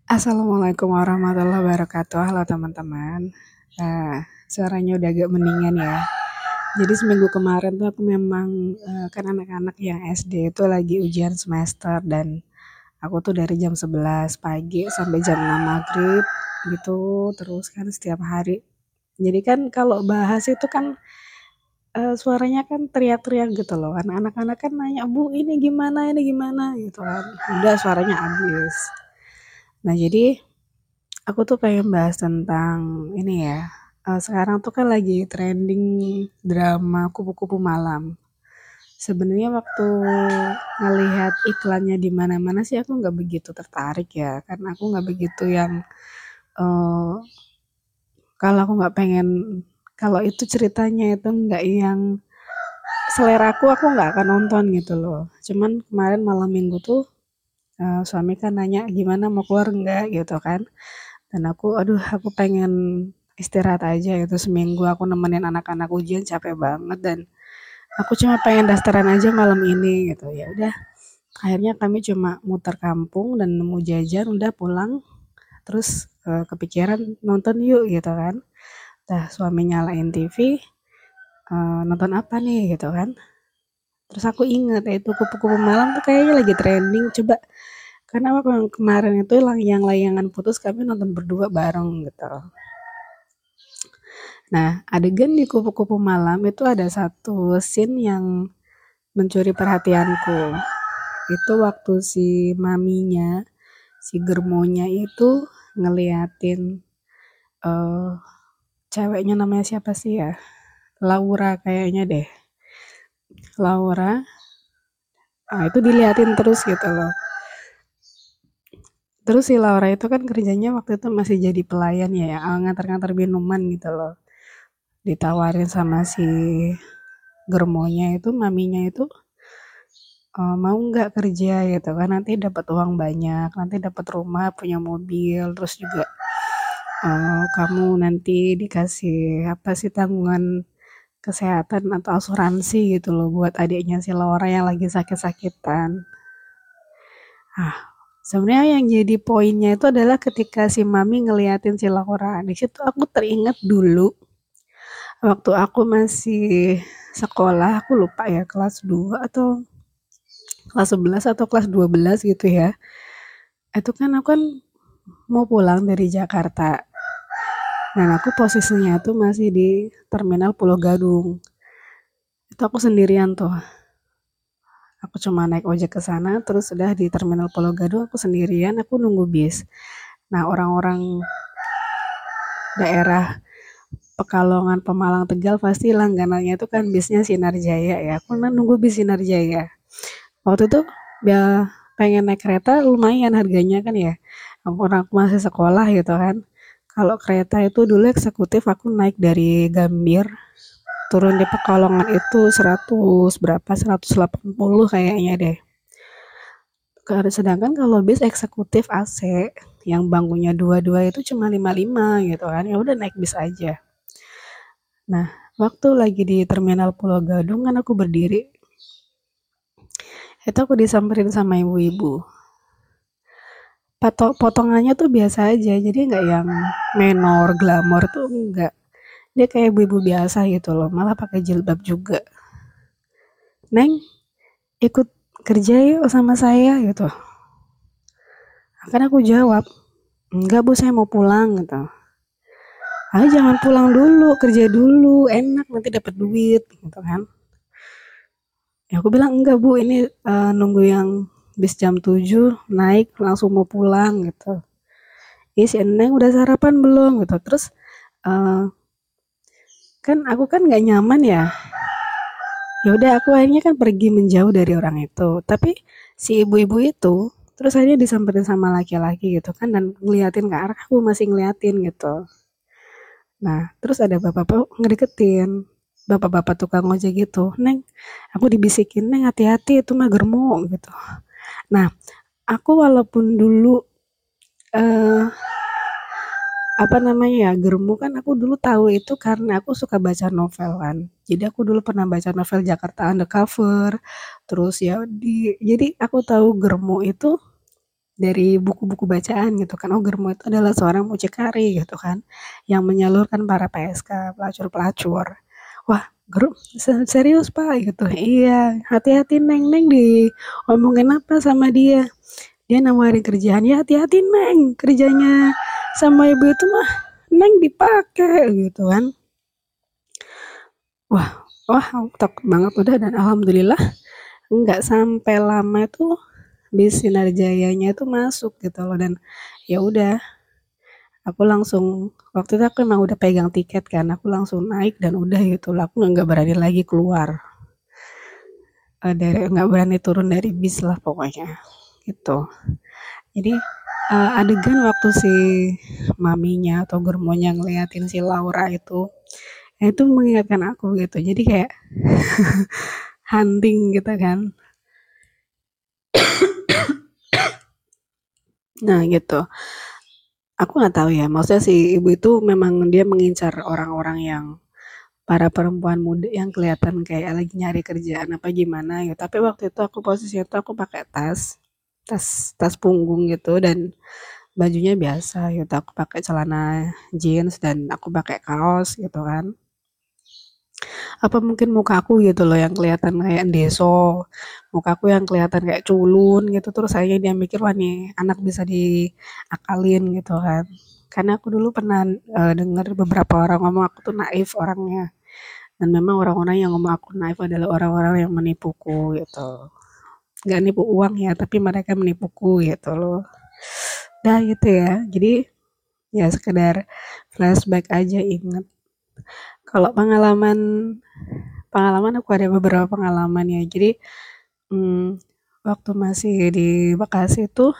Assalamualaikum warahmatullahi wabarakatuh. Halo teman-teman. Suaranya udah agak mendingan ya. Jadi seminggu kemarin tuh aku memang kan anak-anak yang SD itu lagi ujian semester dan aku tuh dari jam 11 pagi sampai jam 6 maghrib gitu terus kan setiap hari. Jadi kan kalau bahas itu kan suaranya kan teriak-teriak gitu loh. Karena anak-anak kan nanya, "Bu, ini gimana?" gitu kan. Udah suaranya habis. Nah, jadi aku tuh pengen bahas tentang ini ya. Sekarang tuh kan lagi trending drama Kupu-Kupu Malam. Sebenarnya waktu ngelihat iklannya di mana-mana sih aku nggak begitu tertarik ya, karena aku nggak begitu yang eh, kalau aku nggak pengen kalau itu ceritanya itu nggak yang selera aku nggak akan nonton gitu loh. Cuman kemarin malam minggu tuh suami kan nanya gimana mau keluar nggak gitu kan. Dan aku pengen istirahat aja gitu seminggu aku nemenin anak-anak ujian capek banget dan aku cuma pengen dasteran aja malam ini gitu. Ya udah, akhirnya kami cuma muter kampung dan nemu jajan udah pulang terus kepikiran nonton yuk gitu kan. Nah, suami nyalain TV, nonton apa nih gitu kan. Terus aku inget itu kupu-kupu malam tuh kayaknya lagi trending. Coba karena waktu yang kemarin itu yang layangan putus kami nonton berdua bareng gitu. Nah, adegan di Kupu-Kupu Malam itu ada satu scene yang mencuri perhatianku. Itu waktu si maminya, si germonya itu ngeliatin eh ceweknya namanya siapa sih ya? Laura kayaknya deh. Laura. Itu diliatin terus gitu loh. Terus si Laura itu kan kerjanya waktu itu masih jadi pelayan ya, yang ngantar-ngantar minuman gitu loh. Ditawarin sama si germonya itu, maminya itu mau nggak kerja gitu kan nanti dapat uang banyak, nanti dapat rumah, punya mobil, terus juga kamu nanti dikasih apa sih tanggungan kesehatan atau asuransi gitu loh buat adiknya si Laura yang lagi sakit-sakitan. Ah, sebenarnya yang jadi poinnya itu adalah ketika si Mami ngeliatin si Laura. Di situ aku teringat dulu waktu aku masih sekolah, aku lupa ya kelas 2 atau kelas 11 atau kelas 12 gitu ya. Itu kan aku kan mau pulang dari Jakarta. Dan aku posisinya tuh masih di Terminal Pulau Gadung. Itu aku sendirian tuh. Aku cuma naik ojek ke sana, terus udah di Terminal Pulau Gadung aku sendirian, aku nunggu bis. Nah, orang-orang daerah Pekalongan, Pemalang, Tegal pasti langganannya itu kan bisnya Sinar Jaya ya. Aku nunggu bis Sinar Jaya. Waktu itu ya pengen naik kereta lumayan harganya kan ya. Orang aku masih sekolah gitu kan. Kalau kereta itu dulu eksekutif aku naik dari Gambir turun di Pekalongan itu 100 berapa 180 kayaknya deh. Sedangkan kalau bis eksekutif AC yang bangkunya dua-dua itu cuma 55 gitu kan. Ya udah naik bis aja. Nah, waktu lagi di Terminal Pulau Gadung kan aku berdiri. Itu aku disamperin sama ibu-ibu. Potongannya tuh biasa aja, jadi nggak yang menor, glamor tuh enggak. Dia kayak ibu-ibu biasa gitu loh, malah pakai jilbab juga. Neng, ikut kerja yuk sama saya gitu. Akan aku jawab, enggak bu saya mau pulang gitu. Ah jangan pulang dulu, kerja dulu, enak nanti dapat duit gitu kan. Ya aku bilang enggak bu ini nunggu yang bis jam 7 naik langsung mau pulang gitu. Iya si Neng udah sarapan belum gitu. Terus eh, kan aku kan nggak nyaman ya. Ya udah aku akhirnya kan pergi menjauh dari orang itu. Tapi si ibu-ibu itu terus akhirnya disamperin sama laki-laki gitu kan dan ngeliatin ke arah aku masih ngeliatin gitu. Nah, terus ada bapak-bapak ngedeketin. Bapak-bapak tukang ojek gitu. Neng, aku dibisikin, Neng hati-hati itu mah germo gitu. Nah, aku walaupun dulu eh apa namanya ya, germu kan aku dulu tahu itu karena aku suka baca novel kan. Jadi aku dulu pernah baca novel Jakarta Undercover. Terus ya jadi aku tahu germu itu dari buku-buku bacaan gitu kan. Oh, Germo itu adalah seorang mucikari gitu kan, yang menyalurkan para PSK, pelacur-pelacur. Wah, serius Pak gitu. Iya, hati-hati Neng, Neng diomongin apa sama dia. Dia nawarin kerjaan, ya hati-hati Neng, kerjanya sama ibu itu mah Neng dipakai gitu kan. Wah, wah takut banget udah, dan alhamdulillah nggak sampai lama tuh bis Sinar Jayanya itu masuk gitu loh. Dan ya udah, aku langsung, waktu itu aku emang udah pegang tiket kan, aku langsung naik dan udah gitu lah, aku nggak berani lagi keluar, dari nggak berani turun dari bis lah pokoknya gitu. Jadi adegan waktu si maminya atau germonya ngeliatin si Laura itu mengingatkan aku gitu. Jadi kayak hunting gitu kan. Nah gitu. Aku nggak tahu ya. Maksudnya si ibu itu memang dia mengincar orang-orang yang para perempuan muda yang kelihatan kayak lagi nyari kerjaan apa gimana ya. Tapi waktu itu aku posisinya tuh aku pakai tas tas punggung gitu, dan bajunya biasa gitu. Aku pakai celana jeans dan aku pakai kaos gitu kan. Apa mungkin muka aku gitu loh yang kelihatan kayak deso, muka aku yang kelihatan kayak culun gitu, terus saya dia mikir wah nih anak bisa diakalin gitu kan. Karena aku dulu pernah dengar beberapa orang ngomong aku tuh naif orangnya, dan memang orang-orang yang ngomong aku naif adalah orang-orang yang menipuku gitu. Gak nipu uang ya, tapi mereka menipuku gitu loh. Dah gitu ya. Jadi ya sekedar flashback aja, inget. Kalau pengalaman pengalaman aku ada beberapa pengalaman ya. Jadi hmm, waktu masih di Bekasi itu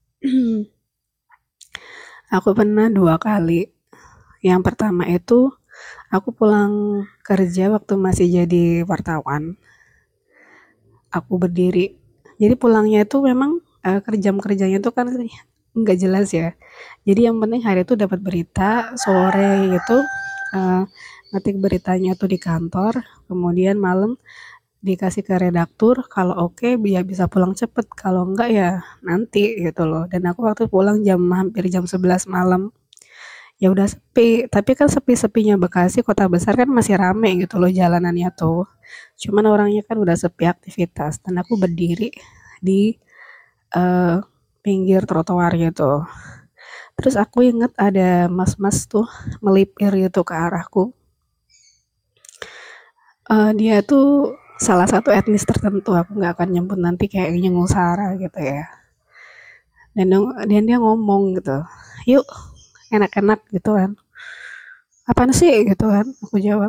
aku pernah 2 kali. Yang pertama itu aku pulang kerja waktu masih jadi wartawan. Aku berdiri. Jadi pulangnya itu memang kerjanya itu kan nggak jelas ya. Jadi yang penting hari itu dapat berita, sore itu eh, ngetik beritanya tuh di kantor, kemudian malam dikasih ke redaktur, kalau oke biar bisa pulang cepet, kalau enggak ya nanti gitu loh. Dan aku waktu pulang hampir jam 11 malam, ya udah sepi, tapi kan sepi-sepinya Bekasi, kota besar kan masih rame gitu loh jalanannya tuh. Cuman orangnya kan udah sepi aktivitas, dan aku berdiri di eh, pinggir trotoar gitu. Terus aku inget ada mas-mas tuh melipir gitu ke arahku. Dia tuh salah satu etnis tertentu, aku nggak akan nyebut nanti kayak nyinggung sara gitu ya. Dan dia ngomong gitu, yuk enak-enak gitu kan. Apaan sih gitu kan, aku jawab.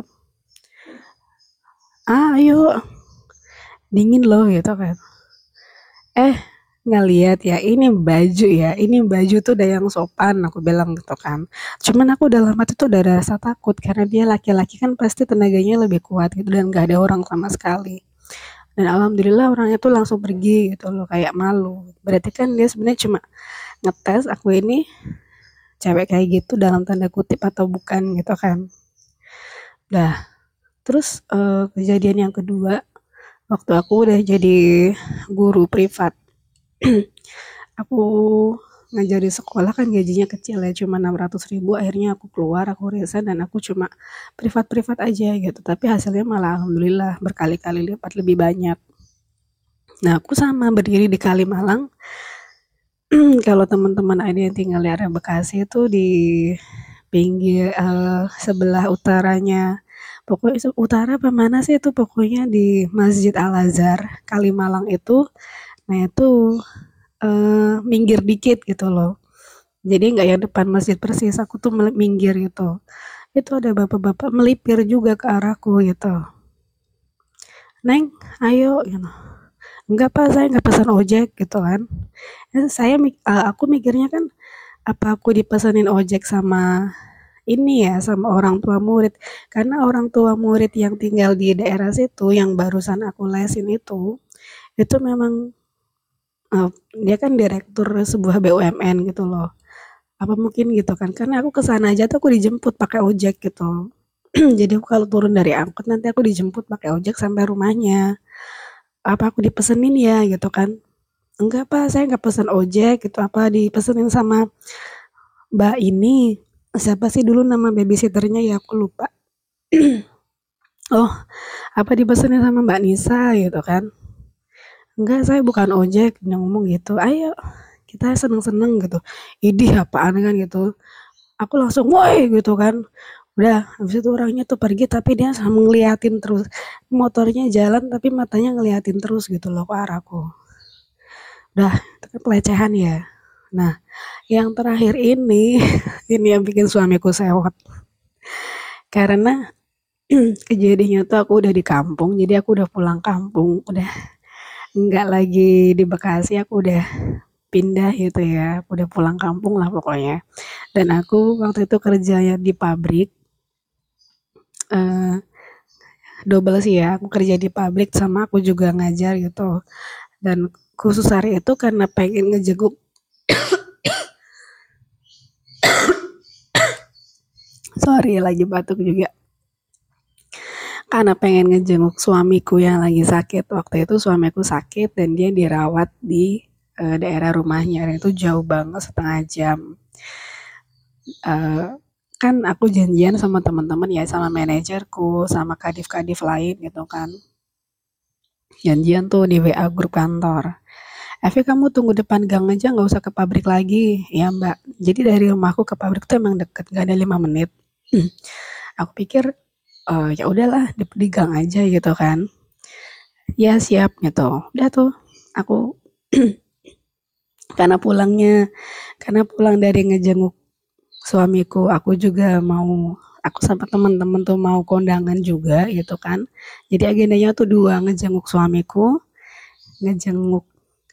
Ah ayo, dingin loh gitu kan. Eh nggak lihat ya, ini baju tuh udah yang sopan, aku bilang gitu kan. Cuman aku dalam hati tuh udah ada rasa takut, karena dia laki-laki kan pasti tenaganya lebih kuat gitu, dan gak ada orang sama sekali. Dan alhamdulillah orangnya tuh langsung pergi gitu loh, kayak malu. Berarti kan dia sebenarnya cuma ngetes aku ini cewek kayak gitu dalam tanda kutip atau bukan gitu kan. Dah, terus kejadian yang kedua, waktu aku udah jadi guru privat. Aku ngajar di sekolah kan gajinya kecil ya, cuma 600.000. Akhirnya aku keluar, aku resign, dan aku cuma privat-privat aja gitu. Tapi hasilnya malah alhamdulillah berkali-kali lipat lebih banyak. Nah, aku sama berdiri di Kalimalang. Kalau teman-teman ada yang tinggal di area Bekasi itu di pinggir sebelah utaranya, pokoknya utara apa mana sih itu, pokoknya di Masjid Al Azhar Kalimalang itu. Nah itu minggir dikit gitu loh, jadi nggak yang depan masjid persis, aku tuh minggir gitu. Itu ada bapak-bapak melipir juga ke arahku gitu, Neng ayo gitu. Enggak Pak, saya nggak pesan ojek gitu kan. Aku mikirnya kan, apa aku dipesanin ojek sama ini ya, sama orang tua murid. Karena orang tua murid yang tinggal di daerah situ yang barusan aku lesin itu memang dia kan direktur sebuah BUMN gitu loh. Apa mungkin gitu kan, karena aku kesana aja tuh aku dijemput pakai ojek gitu. Jadi aku kalau turun dari angkot nanti aku dijemput pakai ojek sampai rumahnya. Apa aku dipesenin ya gitu kan. enggak Pak, saya nggak pesen ojek gitu, apa dipesenin sama Mbak ini, siapa sih dulu nama babysitternya ya aku lupa. Oh, apa dipesenin sama Mbak Nisa gitu kan. Enggak, saya bukan ojek, dia ngomong gitu. Ayo, kita seneng-seneng gitu. Idih apaan kan gitu. Aku langsung, woi gitu kan. Udah, habis itu orangnya tuh pergi tapi dia sama ngeliatin terus. Motornya jalan tapi matanya ngeliatin terus gitu loh ke arahku. Udah, itu kan pelecehan ya. Nah, yang terakhir ini, ini yang bikin suamiku sewot. Karena kejadiannya tuh aku udah di kampung, jadi aku udah pulang kampung, udah nggak lagi di Bekasi, aku udah pindah gitu ya, aku udah pulang kampung lah pokoknya. Dan aku waktu itu kerjanya di pabrik, eh, double sih ya, aku kerja di pabrik sama aku juga ngajar gitu. Dan khusus hari itu karena pengen ngejenguk, sorry lagi batuk juga, karena pengen ngejenguk suamiku yang lagi sakit. Waktu itu suamiku sakit dan dia dirawat di daerah rumahnya, dan itu jauh banget, setengah jam. Eh, kan aku janjian sama teman-teman ya, sama manajerku, sama kadif-kadif lain gitu kan. Janjian tuh di WA grup kantor. Evi, kamu tunggu depan gang aja, nggak usah ke pabrik lagi. Ya Mbak. Jadi dari rumahku ke pabrik tuh emang deket, nggak ada 5 menit. Aku pikir ya udahlah di gang aja gitu kan. Ya siap gitu. Udah tuh aku karena pulangnya karena pulang dari ngejenguk suamiku, aku juga mau, aku sama teman-teman tuh mau kondangan juga gitu kan. Jadi agendanya tuh dua, ngejenguk suamiku, ngejenguk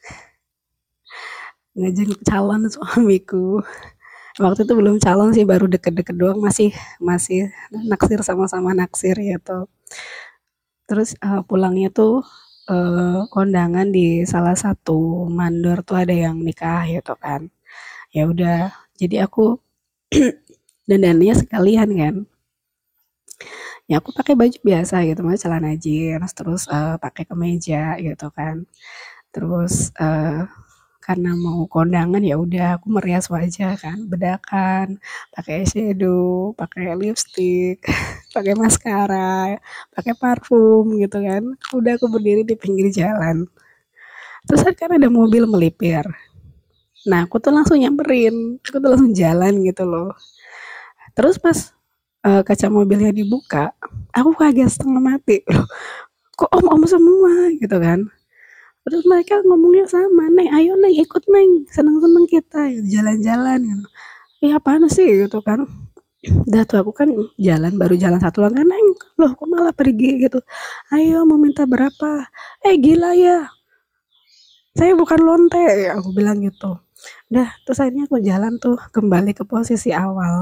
ngejenguk calon suamiku. Waktu itu belum calon sih, baru deket-deket doang, masih masih naksir, sama-sama naksir gitu. Terus pulangnya tuh kondangan di salah satu mandor tuh ada yang nikah gitu kan. Ya udah, jadi aku dandannya sekalian kan. Ya aku pakai baju biasa gitu, mas celana jeans, terus pakai kemeja gitu kan. Terus karena mau kondangan ya udah aku merias wajah kan, bedakan, pakai eyeshadow, pakai lipstick, pakai maskara, pakai parfum gitu kan. Udah aku berdiri di pinggir jalan. Terus kan ada mobil melipir. Nah, aku tuh langsung nyamperin, aku tuh langsung jalan gitu loh. Terus pas kaca mobilnya dibuka, aku kaget setengah mati. Loh, kok om-om semua gitu kan. Terus mereka ngomongnya sama, Neng, ayo Neng, ikut Neng, seneng-seneng kita, jalan-jalan gitu. Apaan sih gitu kan. Udah tuh aku kan jalan, baru jalan satu langkah, Neng, loh kok malah pergi gitu. Ayo mau minta berapa? Gila ya, saya bukan lonte, aku bilang gitu. Udah, terus akhirnya aku jalan tuh kembali ke posisi awal.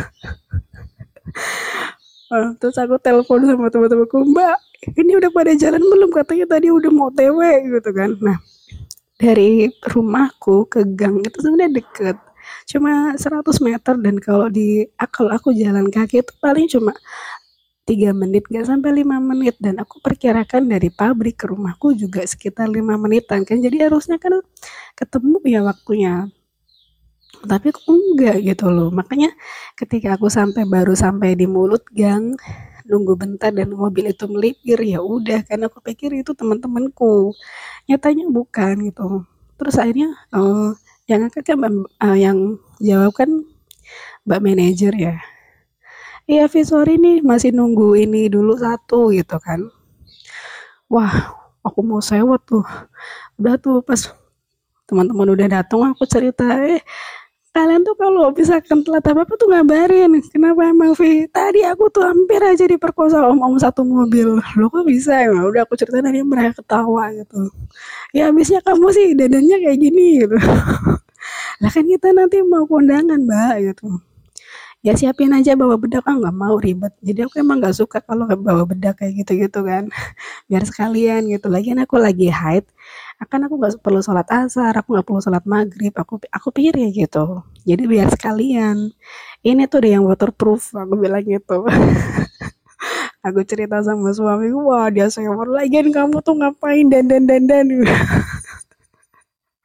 Terus aku telepon sama teman-temanku, Mbak, ini udah pada jalan belum? Katanya tadi udah mau TW gitu kan. Nah, dari rumahku ke gang itu sebenarnya deket, cuma 100 meter, dan kalau aku jalan kaki itu paling cuma 3 menit, gak sampai 5 menit, dan aku perkirakan dari pabrik ke rumahku juga sekitar 5 menitan kan, jadi harusnya kan ketemu ya waktunya, tapi kok enggak gitu loh. Makanya ketika aku baru sampai di mulut gang, nunggu bentar dan mobil itu melipir, ya udah kan aku pikir itu teman-temanku, nyatanya bukan gitu. Terus akhirnya yang angkat kan yang jawab kan mbak manajer ya. Iya Vi, sorry nih masih nunggu ini dulu satu gitu kan. Wah, aku mau sewot tuh. Udah tuh pas teman-teman udah datang, aku cerita, kalian tuh kalau misalkan telat apa-apa tuh ngabarin. Kenapa emang Vi? Tadi aku tuh hampir aja diperkosa om-om satu mobil. Lo kok bisa ya? Udah aku ceritain, dia mereka ketawa gitu. Ya habisnya kamu sih dadannya kayak gini gitu. Lah kan kita nanti mau kondangan mbak gitu. Ya siapin aja bawa bedak, nggak mau ribet. Jadi aku emang nggak suka kalau bawa bedak kayak gitu-gitu kan. Biar sekalian gitu. Lagian aku lagi haid, akan aku nggak perlu sholat asar, aku nggak perlu sholat maghrib. Aku pikir ya gitu. Jadi biar sekalian. Ini tuh ada yang waterproof, aku bilang gitu. Aku cerita sama suami, wah dia sewot, lagian kamu tuh ngapain dandan dandan.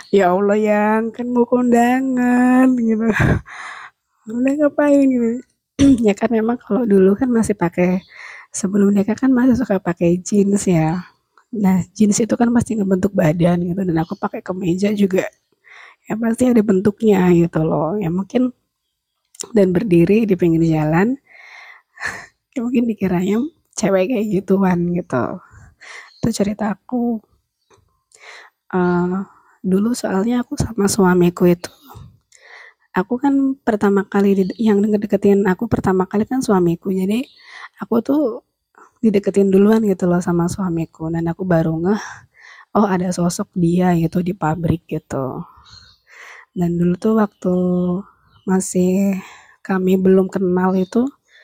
Ya Allah yang kan mau kondangan gitu. Udah ngapain gitu. Ya kan memang kalau dulu kan masih pakai sebelum nikah kan masih suka pakai jeans ya. Nah, jeans itu kan pasti ngebentuk badan gitu dan aku pakai kemeja juga ya pasti ada bentuknya gitu loh. Ya mungkin dan berdiri di pinggir jalan, ya mungkin dikiranya cewek kayak gituan gitu. Itu cerita aku. Eh, dulu soalnya aku sama suamiku itu, aku kan pertama kali yang deketin aku pertama kali kan suamiku. Jadi aku tuh dideketin duluan gitu loh sama suamiku dan aku baru ngeh oh ada sosok dia gitu di pabrik gitu. Dan dulu tuh waktu masih kami belum kenal itu,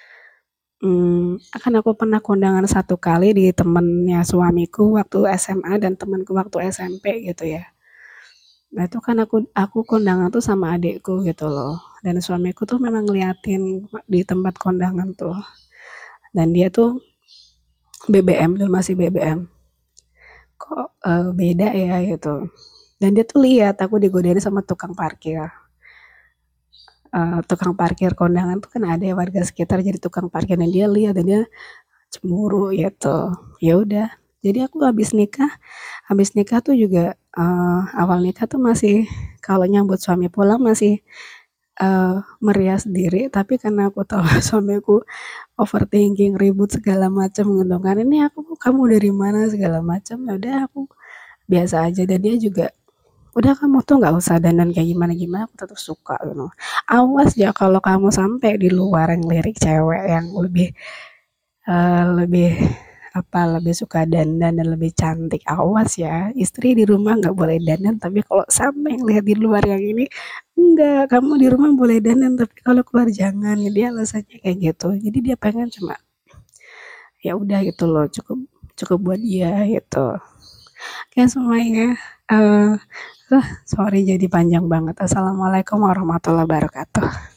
akan aku pernah kondangan satu kali di temennya suamiku waktu SMA dan temanku waktu SMP gitu ya. Nah itu kan aku kondangan tuh sama adekku gitu loh. Dan suamiku tuh memang ngeliatin di tempat kondangan tuh. Dan dia tuh BBM tuh masih BBM. Kok beda ya gitu. Dan dia tuh lihat aku digodain sama tukang parkir. Tukang parkir kondangan tuh kan ada ya warga sekitar jadi tukang parkir dan dia lihat dan dia cemburu gitu. Ya udah. Jadi aku habis nikah tuh juga awal nikah tuh masih kalau nyambut suami pulang masih meriah sendiri tapi karena aku tahu suamiku overthinking ribut segala macam gitu kan ini kamu dari mana segala macam ya udah aku biasa aja dan dia juga udah kamu tuh nggak usah dandan kayak gimana gimana aku tetap suka gitu awas ya kalau kamu sampai di luar yang lirik cewek yang lebih lebih suka dandan dan lebih cantik awas ya istri di rumah nggak boleh dandan tapi kalau sampai yang lihat di luar yang ini enggak kamu di rumah boleh dandan tapi kalau keluar jangan dia alasannya kayak gitu jadi dia pengen cuma ya udah gitu loh cukup cukup buat dia gitu kayak semuanya sorry jadi panjang banget assalamualaikum warahmatullahi wabarakatuh